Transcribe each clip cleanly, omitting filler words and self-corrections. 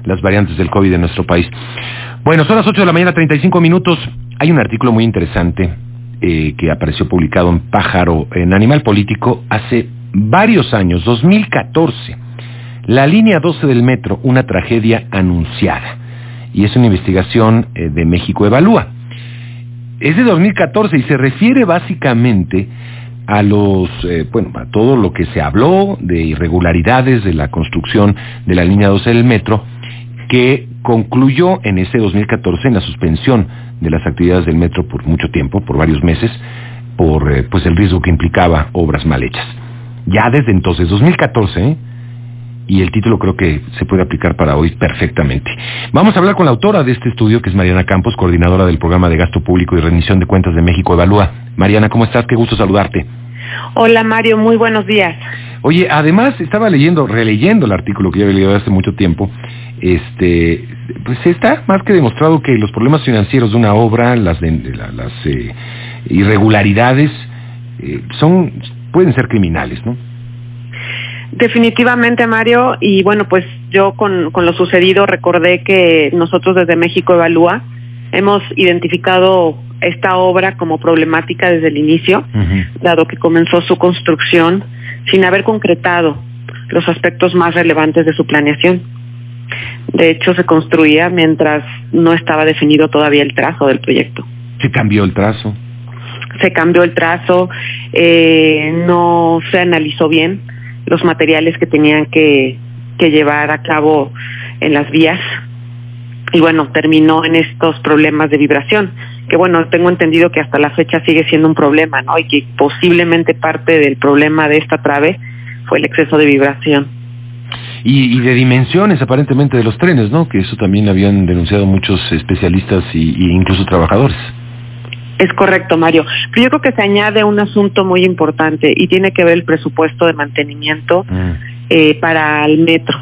las variantes del COVID en nuestro país. Bueno, son las 8 de la mañana, 35 minutos. Hay un artículo muy interesante que apareció publicado en Pájaro, en Animal Político, hace varios años, 2014. La línea 12 del metro, una tragedia anunciada. Y es una investigación de México Evalúa. Es de 2014 y se refiere básicamente a a todo lo que se habló de irregularidades de la construcción de la línea 12 del metro, que concluyó en ese 2014 en la suspensión de las actividades del metro por mucho tiempo, por varios meses, por el riesgo que implicaba obras mal hechas. Ya desde entonces, 2014, y el título creo que se puede aplicar para hoy perfectamente. Vamos a hablar con la autora de este estudio, que es Mariana Campos, coordinadora del Programa de Gasto Público y Rendición de Cuentas de México Evalúa. Mariana, ¿cómo estás? Qué gusto saludarte. Hola Mario, muy buenos días. Oye, además estaba releyendo el artículo que ya había leído hace mucho tiempo. Pues está más que demostrado que los problemas financieros de una obra, las irregularidades, pueden ser criminales, ¿no? Definitivamente, Mario, y bueno, pues yo con lo sucedido recordé que nosotros desde México Evalúa hemos identificado esta obra como problemática desde el inicio, dado que comenzó su construcción sin haber concretado los aspectos más relevantes de su planeación. De hecho, se construía mientras no estaba definido todavía el trazo del proyecto. ¿Se cambió el trazo? Se cambió el trazo, no se analizó bien los materiales que tenían que llevar a cabo en las vías, y bueno, terminó en estos problemas de vibración, que bueno, tengo entendido que hasta la fecha sigue siendo un problema, ¿no? Y que posiblemente parte del problema de esta trave fue el exceso de vibración. Y de dimensiones aparentemente de los trenes, ¿no? Que eso también habían denunciado muchos especialistas y incluso trabajadores. Es correcto, Mario. Pero yo creo que se añade un asunto muy importante y tiene que ver el presupuesto de mantenimiento para el metro.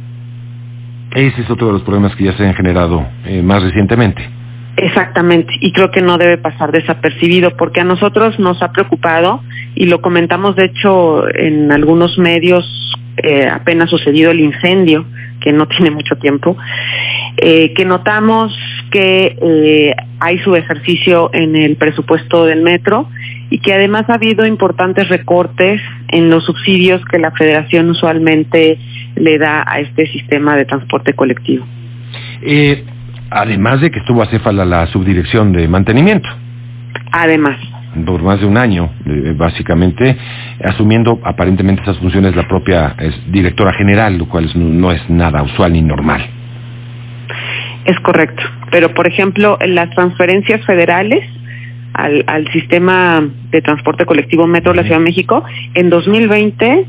Ese es otro de los problemas que ya se han generado más recientemente. Exactamente, y creo que no debe pasar desapercibido, porque a nosotros nos ha preocupado, y lo comentamos de hecho en algunos medios apenas sucedido el incendio, que no tiene mucho tiempo, que notamos que hay subejercicio en el presupuesto del metro y que además ha habido importantes recortes en los subsidios que la Federación usualmente le da a este sistema de transporte colectivo. Además de que estuvo acéfala la subdirección de mantenimiento. Además. Por más de un año, básicamente, asumiendo aparentemente esas funciones la propia directora general, lo cual no es nada usual ni normal. Es correcto, pero por ejemplo, en las transferencias federales al sistema de transporte colectivo Metro de la Ciudad de México, en 2020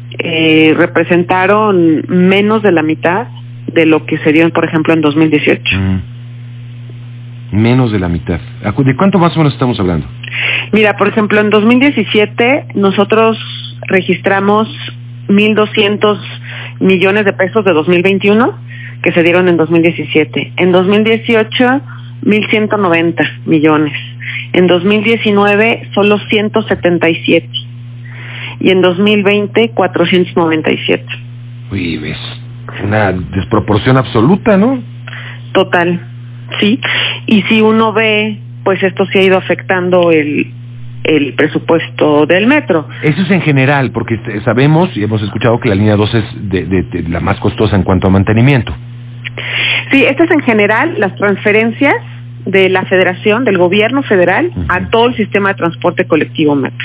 representaron menos de la mitad de lo que se dio, por ejemplo, en 2018. Menos de la mitad. ¿De cuánto más o menos estamos hablando? Mira, por ejemplo, en 2017 nosotros registramos 1,200 millones de pesos de 2021 que se dieron en 2017. En 2018, 1,190 millones. En 2019, solo 177. Y en 2020, 497. Uy, ves, una desproporción absoluta, ¿no? Total, sí. Y si uno ve, pues esto sí ha ido afectando el presupuesto del metro. Eso es en general, porque sabemos y hemos escuchado que la línea 2 es de la más costosa en cuanto a mantenimiento. Sí, esto es en general las transferencias de la Federación, del gobierno federal, a todo el sistema de transporte colectivo metro.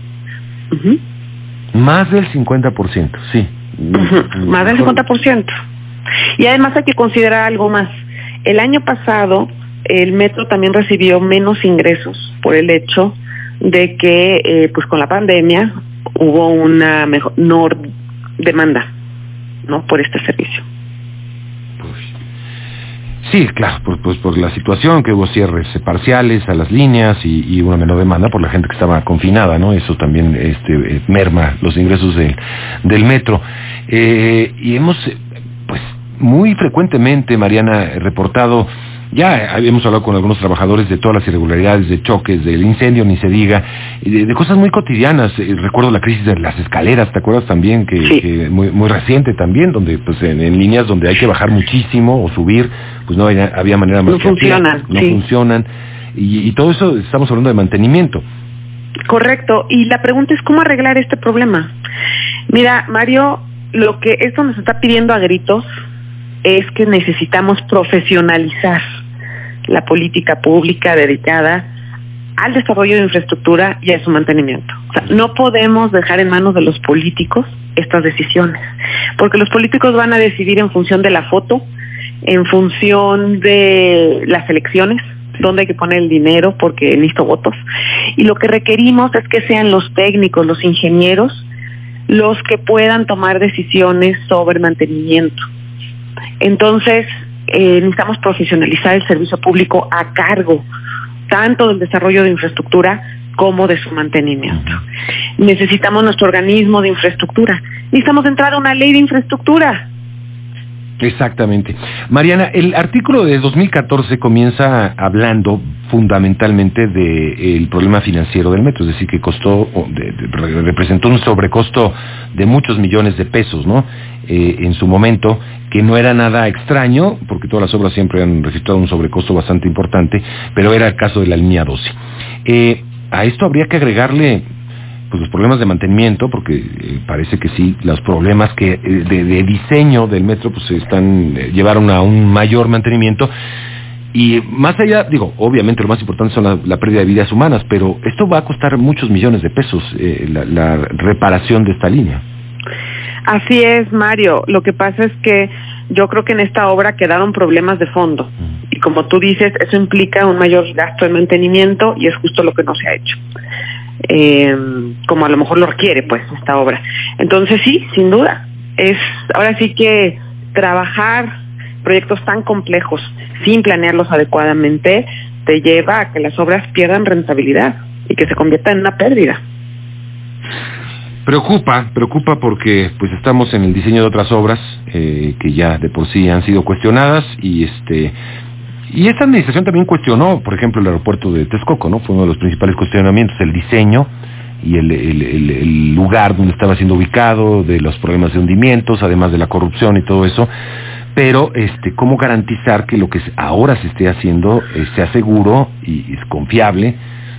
Más del 50%, sí. Más del 50%. Y además hay que considerar algo más. El año pasado, el metro también recibió menos ingresos por el hecho de que, pues con la pandemia, hubo una menor demanda, ¿no?, por este servicio. Sí, claro, por la situación, que hubo cierres parciales a las líneas y una menor demanda por la gente que estaba confinada, ¿no? Eso también merma los ingresos del metro. Y hemos, muy frecuentemente, Mariana, reportado Ya habíamos hablado con algunos trabajadores de todas las irregularidades, de choques, del incendio, ni se diga, de cosas muy cotidianas. Recuerdo la crisis de las escaleras, ¿te acuerdas también? Que muy, muy reciente también, donde pues en líneas donde hay que bajar muchísimo o subir, pues no había manera más. No funcionan. No funcionan. Y todo eso estamos hablando de mantenimiento. Correcto. Y la pregunta es cómo arreglar este problema. Mira, Mario, lo que esto nos está pidiendo a gritos es que necesitamos profesionalizar la política pública dedicada al desarrollo de infraestructura y a su mantenimiento. O sea, no podemos dejar en manos de los políticos estas decisiones, porque los políticos van a decidir en función de la foto, en función de las elecciones, dónde hay que poner el dinero, porque necesito votos. Y lo que requerimos es que sean los técnicos, los ingenieros, los que puedan tomar decisiones sobre mantenimiento. Entonces, necesitamos profesionalizar el servicio público a cargo tanto del desarrollo de infraestructura como de su mantenimiento. Necesitamos nuestro organismo de infraestructura. Necesitamos entrar a una ley de infraestructura. Exactamente. Mariana, el artículo de 2014 comienza hablando fundamentalmente del problema financiero del metro, es decir, que representó un sobrecosto de muchos millones de pesos, ¿no? En su momento, que no era nada extraño, porque todas las obras siempre han registrado un sobrecosto bastante importante, pero era el caso de la línea 12. A esto habría que agregarle pues los problemas de mantenimiento, porque parece que sí, los problemas que de diseño del metro pues llevaron a un mayor mantenimiento. Y más allá, obviamente lo más importante son la pérdida de vidas humanas, pero esto va a costar muchos millones de pesos, la reparación de esta línea. Así es, Mario. Lo que pasa es que yo creo que en esta obra quedaron problemas de fondo. Y como tú dices, eso implica un mayor gasto de mantenimiento y es justo lo que no se ha hecho. Como a lo mejor lo requiere, pues, esta obra. Entonces sí, sin duda. Ahora sí que trabajar proyectos tan complejos sin planearlos adecuadamente te lleva a que las obras pierdan rentabilidad y que se conviertan en una pérdida. Preocupa porque pues estamos en el diseño de otras obras que ya de por sí han sido cuestionadas y esta administración también cuestionó, por ejemplo, el aeropuerto de Texcoco, ¿no? Fue uno de los principales cuestionamientos, el diseño y el lugar donde estaba siendo ubicado, de los problemas de hundimientos, además de la corrupción y todo eso. Pero cómo garantizar que lo que ahora se esté haciendo sea seguro y es confiable,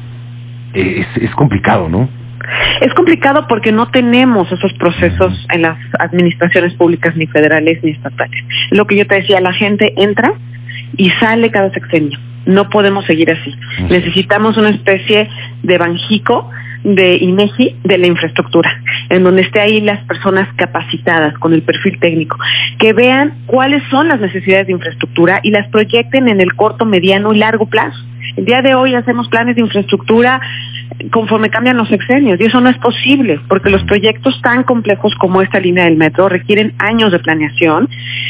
es complicado, ¿no? Es complicado porque no tenemos esos procesos en las administraciones públicas, ni federales ni estatales. Lo que yo te decía, la gente entra y sale cada sexenio. No podemos seguir así. Necesitamos una especie de Banjico, de INEGI, de la infraestructura, en donde esté ahí las personas capacitadas con el perfil técnico, que vean cuáles son las necesidades de infraestructura y las proyecten en el corto, mediano y largo plazo. El día de hoy hacemos planes de infraestructura conforme cambian los sexenios, y eso no es posible, porque los proyectos tan complejos como esta línea del metro requieren años de planeación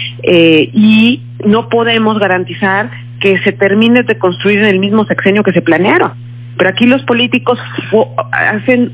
y no podemos garantizar que se termine de construir en el mismo sexenio que se planearon. Pero aquí los políticos hacen,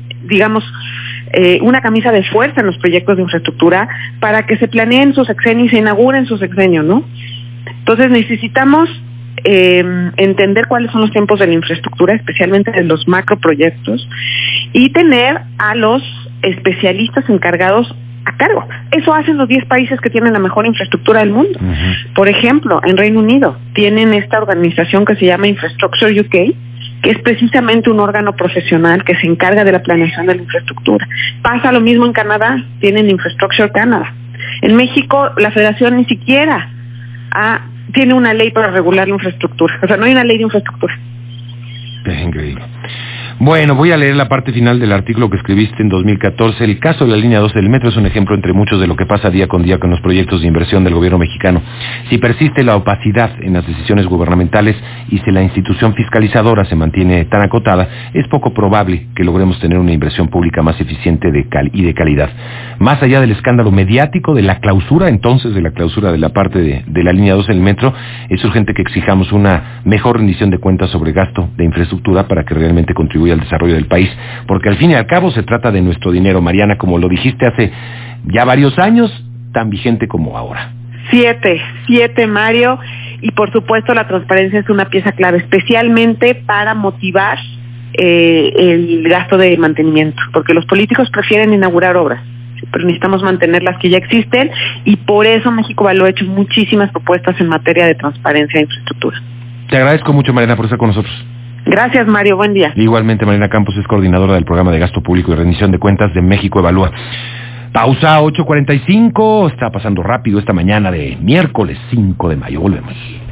una camisa de fuerza en los proyectos de infraestructura para que se planeen su sexenio y se inauguren su sexenio, ¿no? Entonces necesitamos entender cuáles son los tiempos de la infraestructura, especialmente de los macroproyectos, y tener a los especialistas encargados a cargo. Eso hacen los 10 países que tienen la mejor infraestructura del mundo. Por ejemplo, en Reino Unido tienen esta organización que se llama Infrastructure UK, que es precisamente un órgano profesional que se encarga de la planeación de la infraestructura. Pasa lo mismo en Canadá, tienen Infrastructure Canada. En México, la Federación ni siquiera tiene una ley para regular la infraestructura. O sea, no hay una ley de infraestructura. Es increíble. Bueno, voy a leer la parte final del artículo que escribiste en 2014. El caso de la línea 12 del metro es un ejemplo entre muchos de lo que pasa día con día con los proyectos de inversión del gobierno mexicano. Si persiste la opacidad en las decisiones gubernamentales y si la institución fiscalizadora se mantiene tan acotada, es poco probable que logremos tener una inversión pública más eficiente y de calidad. Más allá del escándalo mediático de la clausura de la parte de la línea 12 del metro, es urgente que exijamos una mejor rendición de cuentas sobre gasto de infraestructura para que realmente contribuya al desarrollo del país, porque al fin y al cabo se trata de nuestro dinero, Mariana, como lo dijiste hace ya varios años, tan vigente como ahora. 7, Mario, y por supuesto la transparencia es una pieza clave, especialmente para motivar el gasto de mantenimiento, porque los políticos prefieren inaugurar obras, pero necesitamos mantener las que ya existen, y por eso México Evalúa ha hecho muchísimas propuestas en materia de transparencia e infraestructura. Te agradezco mucho, Mariana, por estar con nosotros. Gracias, Mario, buen día. Igualmente, Mariana Campos es coordinadora del Programa de Gasto Público y Rendición de Cuentas de México Evalúa. Pausa 8:45, está pasando rápido esta mañana de miércoles 5 de mayo, volvemos.